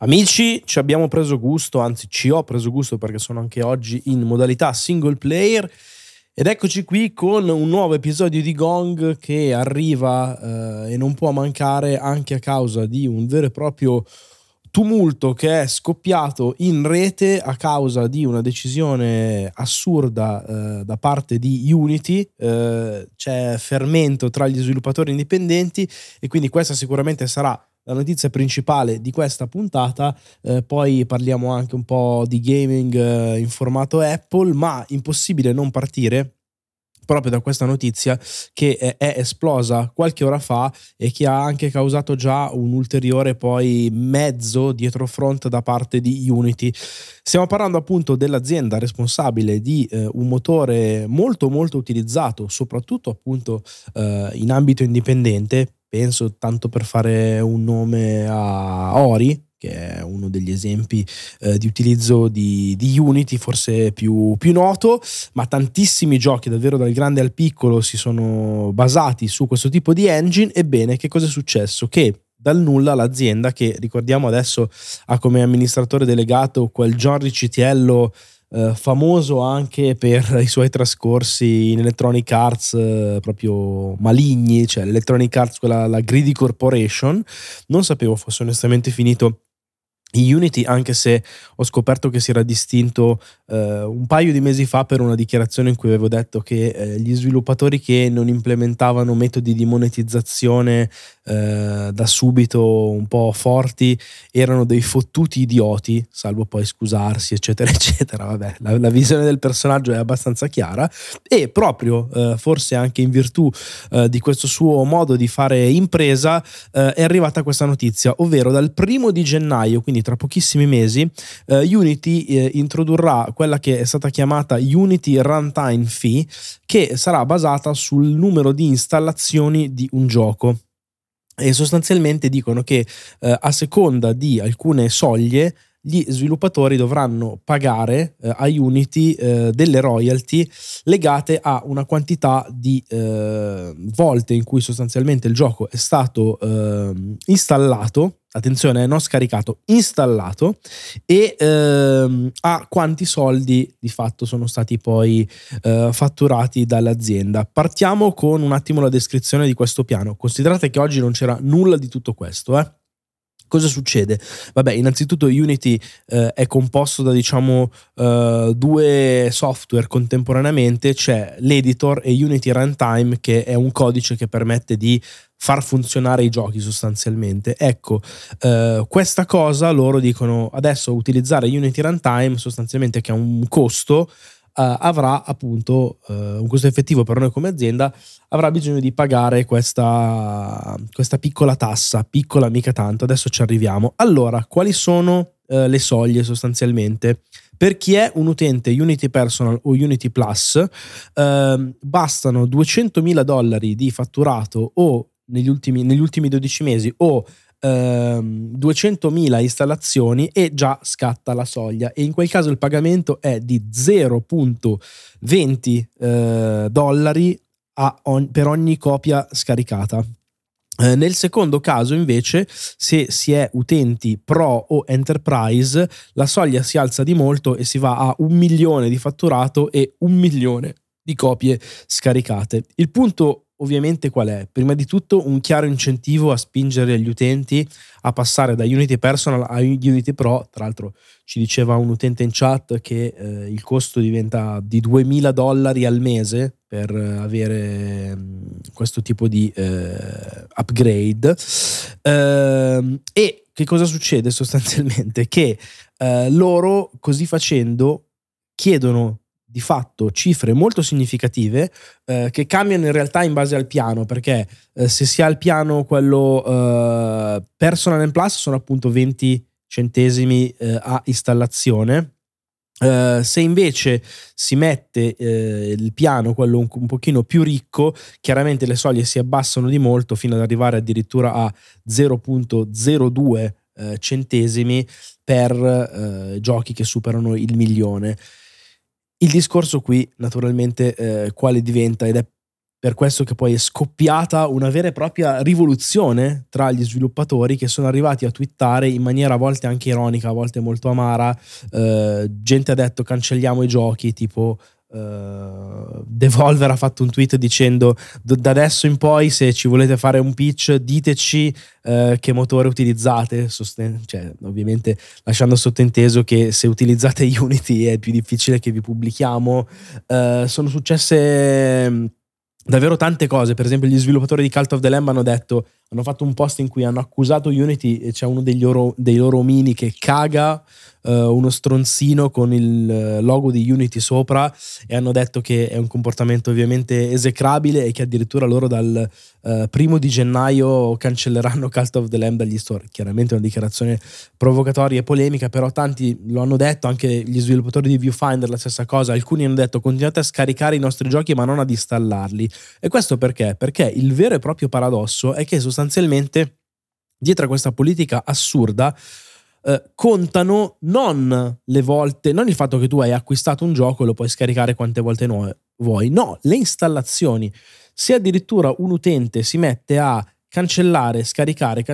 Amici, ci abbiamo preso gusto, anzi ci ho preso gusto perché sono anche oggi in modalità single player ed eccoci qui con un nuovo episodio di Gong che arriva e non può mancare anche a causa di un vero e proprio tumulto che è scoppiato in rete a causa di una decisione assurda da parte di Unity. C'è fermento tra gli sviluppatori indipendenti e quindi questa sicuramente sarà la notizia principale di questa puntata. Poi parliamo anche un po' di gaming in formato Apple, ma impossibile non partire proprio da questa notizia che è esplosa qualche ora fa e che ha anche causato già un ulteriore poi mezzo dietro front da parte di Unity. Stiamo parlando appunto dell'azienda responsabile di un motore molto molto utilizzato, soprattutto appunto in ambito indipendente. Penso, tanto per fare un nome, a Ori, che è uno degli esempi di utilizzo di Unity forse più noto, ma tantissimi giochi davvero dal grande al piccolo si sono basati su questo tipo di engine. Ebbene, che cosa è successo? Che dal nulla l'azienda, che ricordiamo adesso ha come amministratore delegato quel John Riccitiello, famoso anche per i suoi trascorsi in Electronic Arts proprio maligni, cioè l'Electronic Arts, quella, la Greedy Corporation. Non sapevo fosse onestamente finito in Unity, anche se ho scoperto che si era distinto un paio di mesi fa per una dichiarazione in cui avevo detto che gli sviluppatori che non implementavano metodi di monetizzazione da subito un po' forti erano dei fottuti idioti, salvo poi scusarsi eccetera eccetera. Vabbè, la visione del personaggio è abbastanza chiara e proprio forse anche in virtù di questo suo modo di fare impresa è arrivata questa notizia, ovvero dal 1 gennaio, quindi tra pochissimi mesi, Unity introdurrà quella che è stata chiamata Unity Runtime Fee, che sarà basata sul numero di installazioni di un gioco. E sostanzialmente dicono che a seconda di alcune soglie gli sviluppatori dovranno pagare a Unity delle royalty legate a una quantità di volte in cui sostanzialmente il gioco è stato installato. Attenzione, non scaricato, installato, e a quanti soldi di fatto sono stati poi fatturati dall'azienda. Partiamo con un attimo la descrizione di questo piano. Considerate che oggi non c'era nulla di tutto questo, Cosa succede? Vabbè, innanzitutto Unity è composto da due software contemporaneamente. C'è l'editor e Unity Runtime, che è un codice che permette di far funzionare i giochi sostanzialmente. Ecco, questa cosa loro dicono adesso utilizzare Unity Runtime sostanzialmente, che ha un costo, avrà appunto un costo effettivo per noi come azienda, avrà bisogno di pagare questa piccola tassa, piccola mica tanto, adesso ci arriviamo. Allora, quali sono le soglie sostanzialmente? Per chi è un utente Unity Personal o Unity Plus, bastano $200.000 di fatturato o negli ultimi 12 mesi o 200.000 installazioni e già scatta la soglia, e in quel caso il pagamento è di $0.20 per ogni copia scaricata. Nel secondo caso invece, se si è utenti Pro o Enterprise, la soglia si alza di molto e si va a 1 milione di fatturato e 1 milione di copie scaricate. Il punto ovviamente qual è? Prima di tutto un chiaro incentivo a spingere gli utenti a passare da Unity Personal a Unity Pro. Tra l'altro ci diceva un utente in chat che il costo diventa di $2.000 al mese per avere questo tipo di upgrade. E che cosa succede sostanzialmente? Che loro così facendo chiedono di fatto cifre molto significative che cambiano in realtà in base al piano, perché se si ha il piano quello Personal and Plus sono appunto 20 centesimi a installazione. Se invece si mette il piano, quello un pochino più ricco, chiaramente le soglie si abbassano di molto fino ad arrivare addirittura a 0,02 centesimi per giochi che superano il milione. Il discorso qui naturalmente quale diventa, ed è per questo che poi è scoppiata una vera e propria rivoluzione tra gli sviluppatori, che sono arrivati a twittare in maniera a volte anche ironica, a volte molto amara. Gente ha detto cancelliamo i giochi, tipo Devolver ha fatto un tweet dicendo da adesso in poi se ci volete fare un pitch diteci che motore utilizzate, cioè, ovviamente lasciando sottinteso che se utilizzate Unity è più difficile che vi pubblichiamo. Sono successe davvero tante cose. Per esempio gli sviluppatori di Cult of the Lamb hanno fatto un post in cui hanno accusato Unity, e c'è uno dei loro omini che caga uno stronzino con il logo di Unity sopra, e hanno detto che è un comportamento ovviamente esecrabile e che addirittura loro dal 1 gennaio cancelleranno Cult of the Lamb dagli store. Chiaramente è una dichiarazione provocatoria e polemica, però tanti lo hanno detto, anche gli sviluppatori di Viewfinder la stessa cosa. Alcuni hanno detto continuate a scaricare i nostri giochi ma non ad installarli. E questo perché? Perché il vero e proprio paradosso è che sostanzialmente dietro a questa politica assurda contano non il fatto che tu hai acquistato un gioco e lo puoi scaricare quante volte vuoi, no, le installazioni. Se addirittura un utente si mette a cancellare, scaricare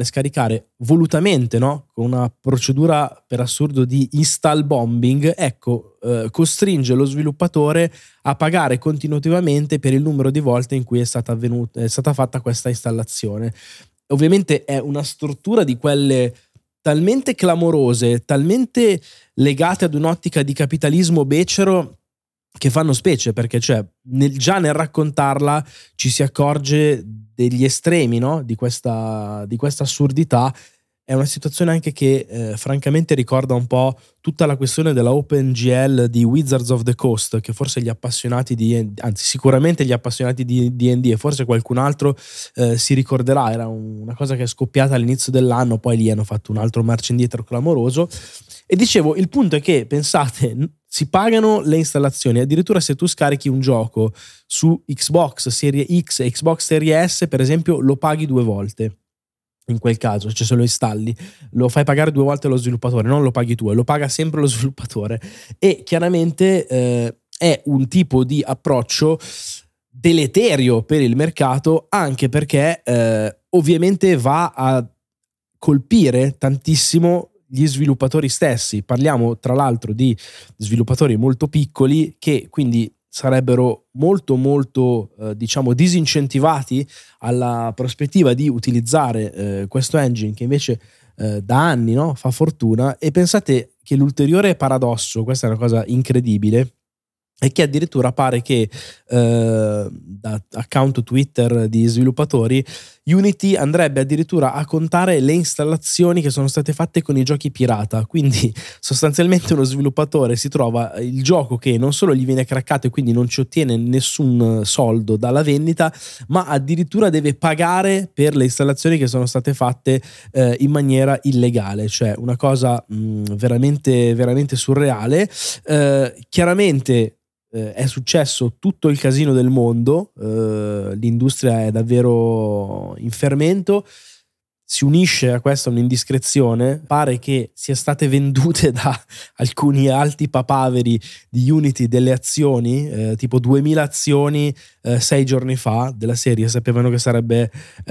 volutamente, no? Con una procedura per assurdo di install bombing, ecco, costringe lo sviluppatore a pagare continuativamente per il numero di volte in cui è stata fatta questa installazione. Ovviamente è una struttura di quelle talmente clamorose, talmente legate ad un'ottica di capitalismo becero, che fanno specie, perché cioè già nel raccontarla ci si accorge degli estremi, no? Di questa assurdità. È una situazione anche che francamente ricorda un po' tutta la questione della OpenGL di Wizards of the Coast, che forse sicuramente gli appassionati di D&D e forse qualcun altro si ricorderà. Era una cosa che è scoppiata all'inizio dell'anno, poi lì hanno fatto un altro marcia indietro clamoroso. E dicevo, il punto è che, pensate, si pagano le installazioni, addirittura se tu scarichi un gioco su Xbox Series X e Xbox Series S, per esempio, lo paghi 2 volte. In quel caso, cioè se lo installi, lo fai pagare 2 volte allo sviluppatore, non lo paghi tu, lo paga sempre lo sviluppatore. E chiaramente è un tipo di approccio deleterio per il mercato, anche perché ovviamente va a colpire tantissimo gli sviluppatori stessi. Parliamo tra l'altro di sviluppatori molto piccoli che quindi sarebbero molto molto diciamo disincentivati alla prospettiva di utilizzare questo engine che invece da anni, no, fa fortuna. E pensate che l'ulteriore paradosso, questa è una cosa incredibile, è che addirittura pare che da account Twitter di sviluppatori Unity andrebbe addirittura a contare le installazioni che sono state fatte con i giochi pirata. Quindi sostanzialmente uno sviluppatore si trova il gioco che non solo gli viene craccato e quindi non ci ottiene nessun soldo dalla vendita, ma addirittura deve pagare per le installazioni che sono state fatte in maniera illegale. Cioè una cosa veramente veramente surreale. Chiaramente è successo tutto il casino del mondo, l'industria è davvero in fermento. Si unisce a questa un'indiscrezione, pare che sia state vendute da alcuni alti papaveri di Unity delle azioni, tipo 2000 azioni 6 giorni fa, della serie. Sapevano che sarebbe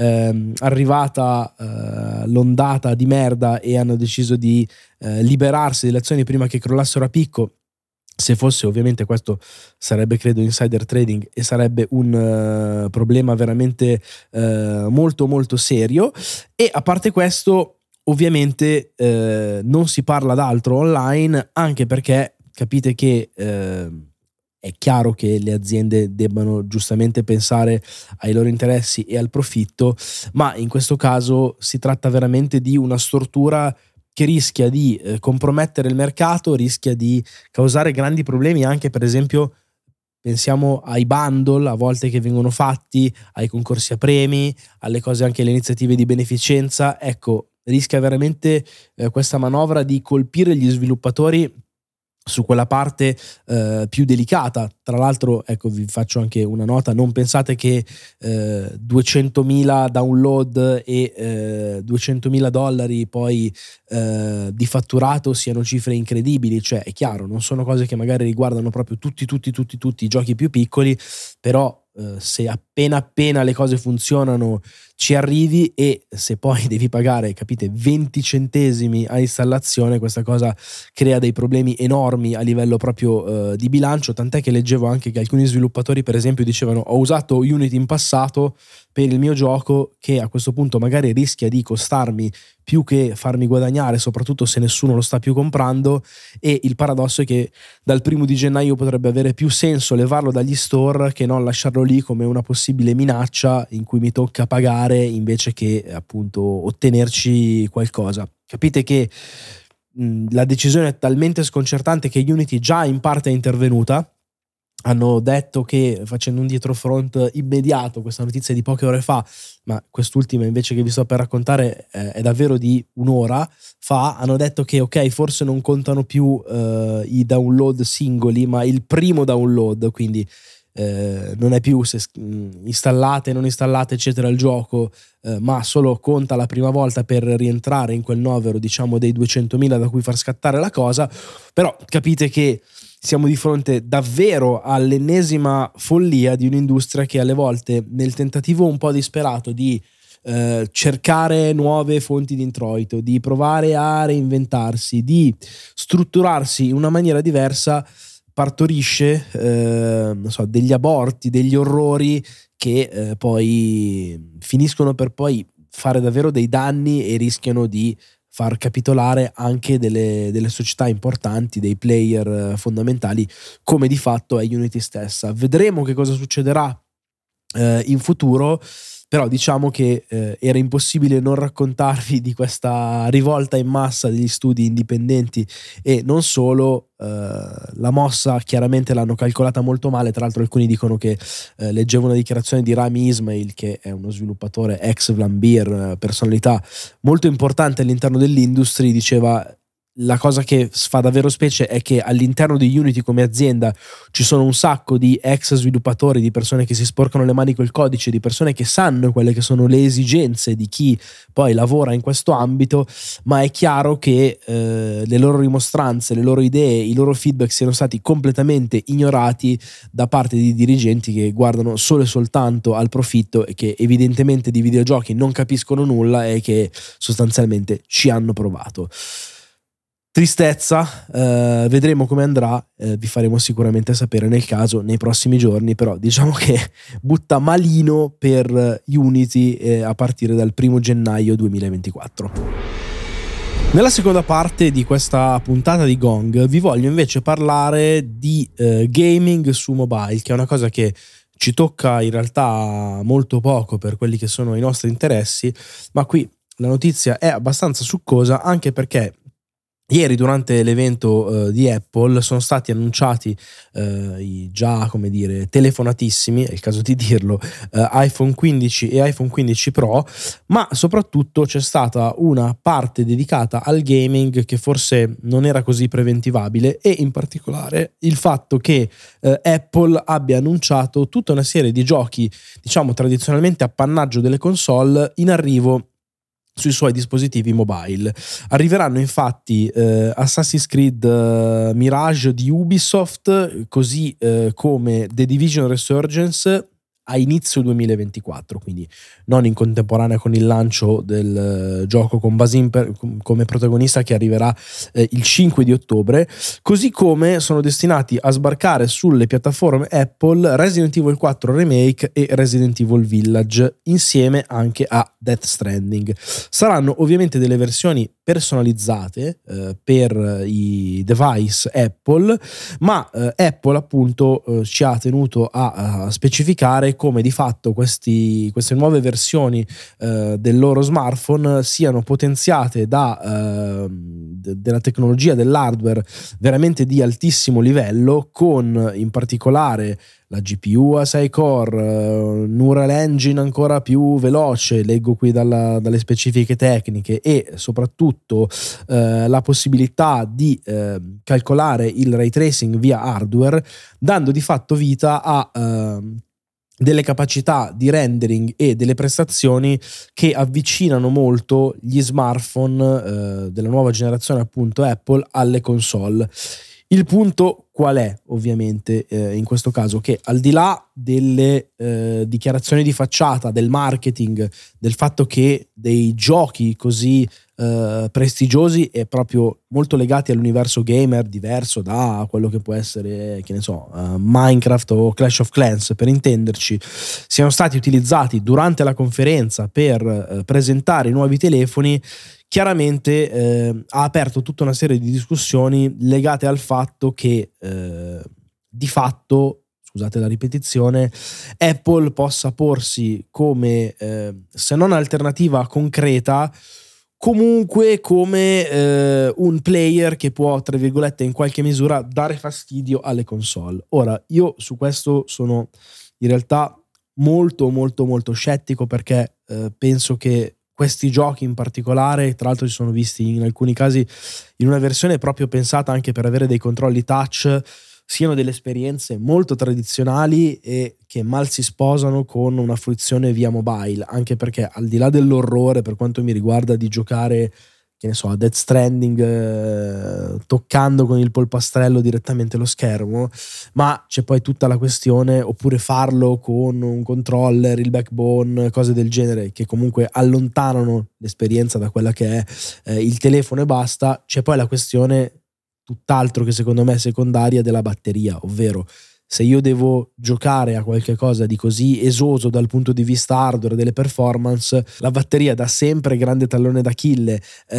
arrivata l'ondata di merda e hanno deciso di liberarsi delle azioni prima che crollassero a picco. Se fosse, ovviamente, questo sarebbe credo insider trading e sarebbe un problema veramente molto molto serio. E a parte questo, ovviamente non si parla d'altro online, anche perché capite che è chiaro che le aziende debbano giustamente pensare ai loro interessi e al profitto, ma in questo caso si tratta veramente di una stortura che rischia di compromettere il mercato, rischia di causare grandi problemi anche, per esempio, pensiamo ai bundle a volte che vengono fatti, ai concorsi a premi, alle cose, anche alle iniziative di beneficenza. Ecco, rischia veramente questa manovra di colpire gli sviluppatori su quella parte più delicata. Tra l'altro, ecco, vi faccio anche una nota: non pensate che 200.000 download e $200.000 poi di fatturato siano cifre incredibili. Cioè, è chiaro, non sono cose che magari riguardano proprio tutti i giochi più piccoli, però se appena le cose funzionano ci arrivi, e se poi devi pagare, capite, 20 centesimi a installazione, questa cosa crea dei problemi enormi a livello proprio di bilancio, tant'è che leggevo anche che alcuni sviluppatori per esempio dicevano: ho usato Unity in passato per il mio gioco che a questo punto magari rischia di costarmi più che farmi guadagnare, soprattutto se nessuno lo sta più comprando, e il paradosso è che dal 1 gennaio potrebbe avere più senso levarlo dagli store che non lasciarlo lì come una possibile minaccia in cui mi tocca pagare invece che appunto ottenerci qualcosa. Capite che la decisione è talmente sconcertante che Unity già in parte è intervenuta. Hanno detto che, facendo un dietrofront immediato, questa notizia è di poche ore fa, ma quest'ultima invece che vi sto per raccontare è davvero di un'ora fa, hanno detto che ok, forse non contano più i download singoli, ma il primo download, quindi non è più se installate, non installate eccetera il gioco, ma solo conta la prima volta per rientrare in quel novero, diciamo, dei 200.000 da cui far scattare la cosa. Però capite che siamo di fronte davvero all'ennesima follia di un'industria che alle volte, nel tentativo un po' disperato di cercare nuove fonti di introito, di provare a reinventarsi, di strutturarsi in una maniera diversa, partorisce non so, degli aborti, degli orrori che poi finiscono per poi fare davvero dei danni e rischiano di far capitolare anche delle società importanti, dei player fondamentali, come di fatto è Unity stessa. Vedremo che cosa succederà in futuro, però diciamo che era impossibile non raccontarvi di questa rivolta in massa degli studi indipendenti, e non solo. La mossa chiaramente l'hanno calcolata molto male. Tra l'altro alcuni dicono che leggevo una dichiarazione di Rami Ismail, che è uno sviluppatore ex Vlambeer, personalità molto importante all'interno dell'industry, diceva: la cosa che fa davvero specie è che all'interno di Unity come azienda ci sono un sacco di ex sviluppatori, di persone che si sporcano le mani col codice, di persone che sanno quelle che sono le esigenze di chi poi lavora in questo ambito, ma è chiaro che le loro rimostranze, le loro idee, i loro feedback siano stati completamente ignorati da parte di dirigenti che guardano solo e soltanto al profitto e che evidentemente di videogiochi non capiscono nulla e che sostanzialmente ci hanno provato. Tristezza, vedremo come andrà, vi faremo sicuramente sapere nel caso nei prossimi giorni, però diciamo che butta malino per Unity a partire dal 1 gennaio 2024. Nella seconda parte di questa puntata di Gong vi voglio invece parlare di gaming su mobile, che è una cosa che ci tocca in realtà molto poco per quelli che sono i nostri interessi, ma qui la notizia è abbastanza succosa, anche perché ieri durante l'evento di Apple sono stati annunciati i già, come dire, telefonatissimi, è il caso di dirlo, iPhone 15 e iPhone 15 Pro, ma soprattutto c'è stata una parte dedicata al gaming che forse non era così preventivabile, e in particolare il fatto che Apple abbia annunciato tutta una serie di giochi, diciamo tradizionalmente appannaggio delle console, in arrivo sui suoi dispositivi mobile. Arriveranno infatti Assassin's Creed Mirage di Ubisoft, così come The Division Resurgence a inizio 2024, quindi non in contemporanea con il lancio del gioco con Basim come protagonista, che arriverà il 5 di ottobre, così come sono destinati a sbarcare sulle piattaforme Apple Resident Evil 4 Remake e Resident Evil Village, insieme anche a Death Stranding. Saranno ovviamente delle versioni personalizzate per i device Apple, ma Apple appunto ci ha tenuto a specificare come di fatto queste nuove versioni del loro smartphone siano potenziate della tecnologia dell'hardware veramente di altissimo livello, con in particolare la GPU a 6 core, Neural Engine ancora più veloce, leggo qui dalle specifiche tecniche, e soprattutto la possibilità di calcolare il ray tracing via hardware, dando di fatto vita a delle capacità di rendering e delle prestazioni che avvicinano molto gli smartphone della nuova generazione appunto Apple alle console. Il punto qual è ovviamente in questo caso? Che al di là delle dichiarazioni di facciata, del marketing, del fatto che dei giochi così prestigiosi e proprio molto legati all'universo gamer, diverso da quello che può essere, che ne so, Minecraft o Clash of Clans, per intenderci, siano stati utilizzati durante la conferenza per presentare i nuovi telefoni, chiaramente ha aperto tutta una serie di discussioni legate al fatto che di fatto, scusate la ripetizione, Apple possa porsi come se non alternativa concreta, comunque come un player che può, tra virgolette, in qualche misura dare fastidio alle console. Ora, io su questo sono in realtà molto molto molto scettico, perché penso che questi giochi in particolare, tra l'altro ci sono visti in alcuni casi in una versione proprio pensata anche per avere dei controlli touch, siano delle esperienze molto tradizionali e che mal si sposano con una fruizione via mobile, anche perché al di là dell'orrore, per quanto mi riguarda, di giocare, che ne so, a Death Stranding toccando con il polpastrello direttamente lo schermo, ma c'è poi tutta la questione, oppure farlo con un controller, il backbone, cose del genere che comunque allontanano l'esperienza da quella che è il telefono e basta. C'è poi la questione tutt'altro che secondo me è secondaria della batteria, ovvero se io devo giocare a qualche cosa di così esoso dal punto di vista hardware, delle performance, la batteria da sempre grande tallone d'Achille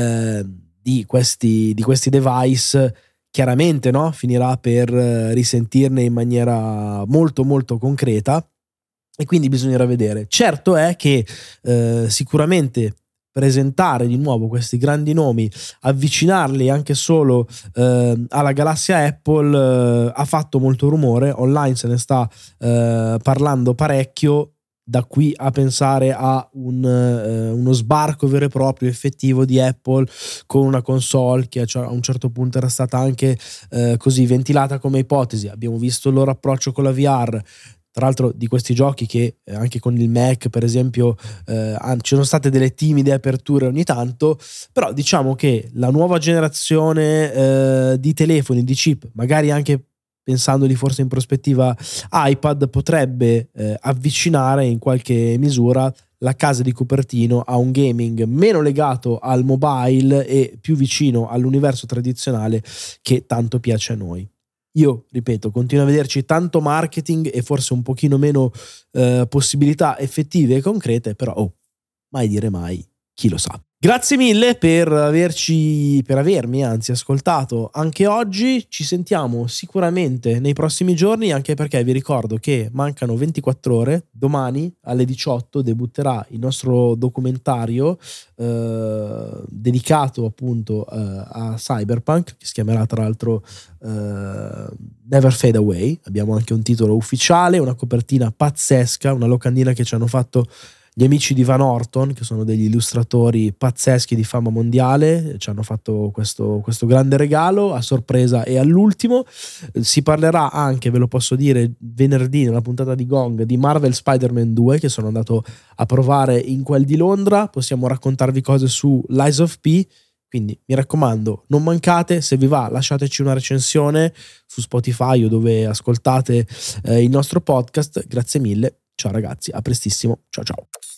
di questi device, chiaramente, no? Finirà per risentirne in maniera molto molto concreta, e quindi bisognerà vedere. Certo è che sicuramente presentare di nuovo questi grandi nomi, avvicinarli anche solo alla galassia Apple, ha fatto molto rumore, online se ne sta parlando parecchio. Da qui a pensare a uno sbarco vero e proprio effettivo di Apple con una console che a un certo punto era stata anche così ventilata come ipotesi. Abbiamo visto il loro approccio con la VR. Tra l'altro, di questi giochi che anche con il Mac, per esempio, ci sono state delle timide aperture ogni tanto, però diciamo che la nuova generazione di telefoni, di chip, magari anche pensandoli forse in prospettiva iPad, potrebbe avvicinare in qualche misura la casa di Cupertino a un gaming meno legato al mobile e più vicino all'universo tradizionale che tanto piace a noi. Io, ripeto, continuo a vederci tanto marketing e forse un pochino meno possibilità effettive e concrete, però mai dire mai, chi lo sa. Grazie mille per avermi ascoltato anche oggi. Ci sentiamo sicuramente nei prossimi giorni, anche perché vi ricordo che mancano 24 ore. Domani alle 18 debutterà il nostro documentario dedicato appunto a Cyberpunk, che si chiamerà tra l'altro Never Fade Away. Abbiamo anche un titolo ufficiale, una copertina pazzesca, una locandina che ci hanno fatto gli amici di Van Orton, che sono degli illustratori pazzeschi di fama mondiale. Ci hanno fatto questo grande regalo a sorpresa e all'ultimo. Si parlerà anche, ve lo posso dire, venerdì nella puntata di Gong di Marvel Spider-Man 2, che sono andato a provare in quel di Londra. Possiamo raccontarvi cose su Lies of P, quindi mi raccomando, non mancate. Se vi va, lasciateci una recensione su Spotify o dove ascoltate il nostro podcast. Grazie mille. Ciao ragazzi, a prestissimo. Ciao ciao.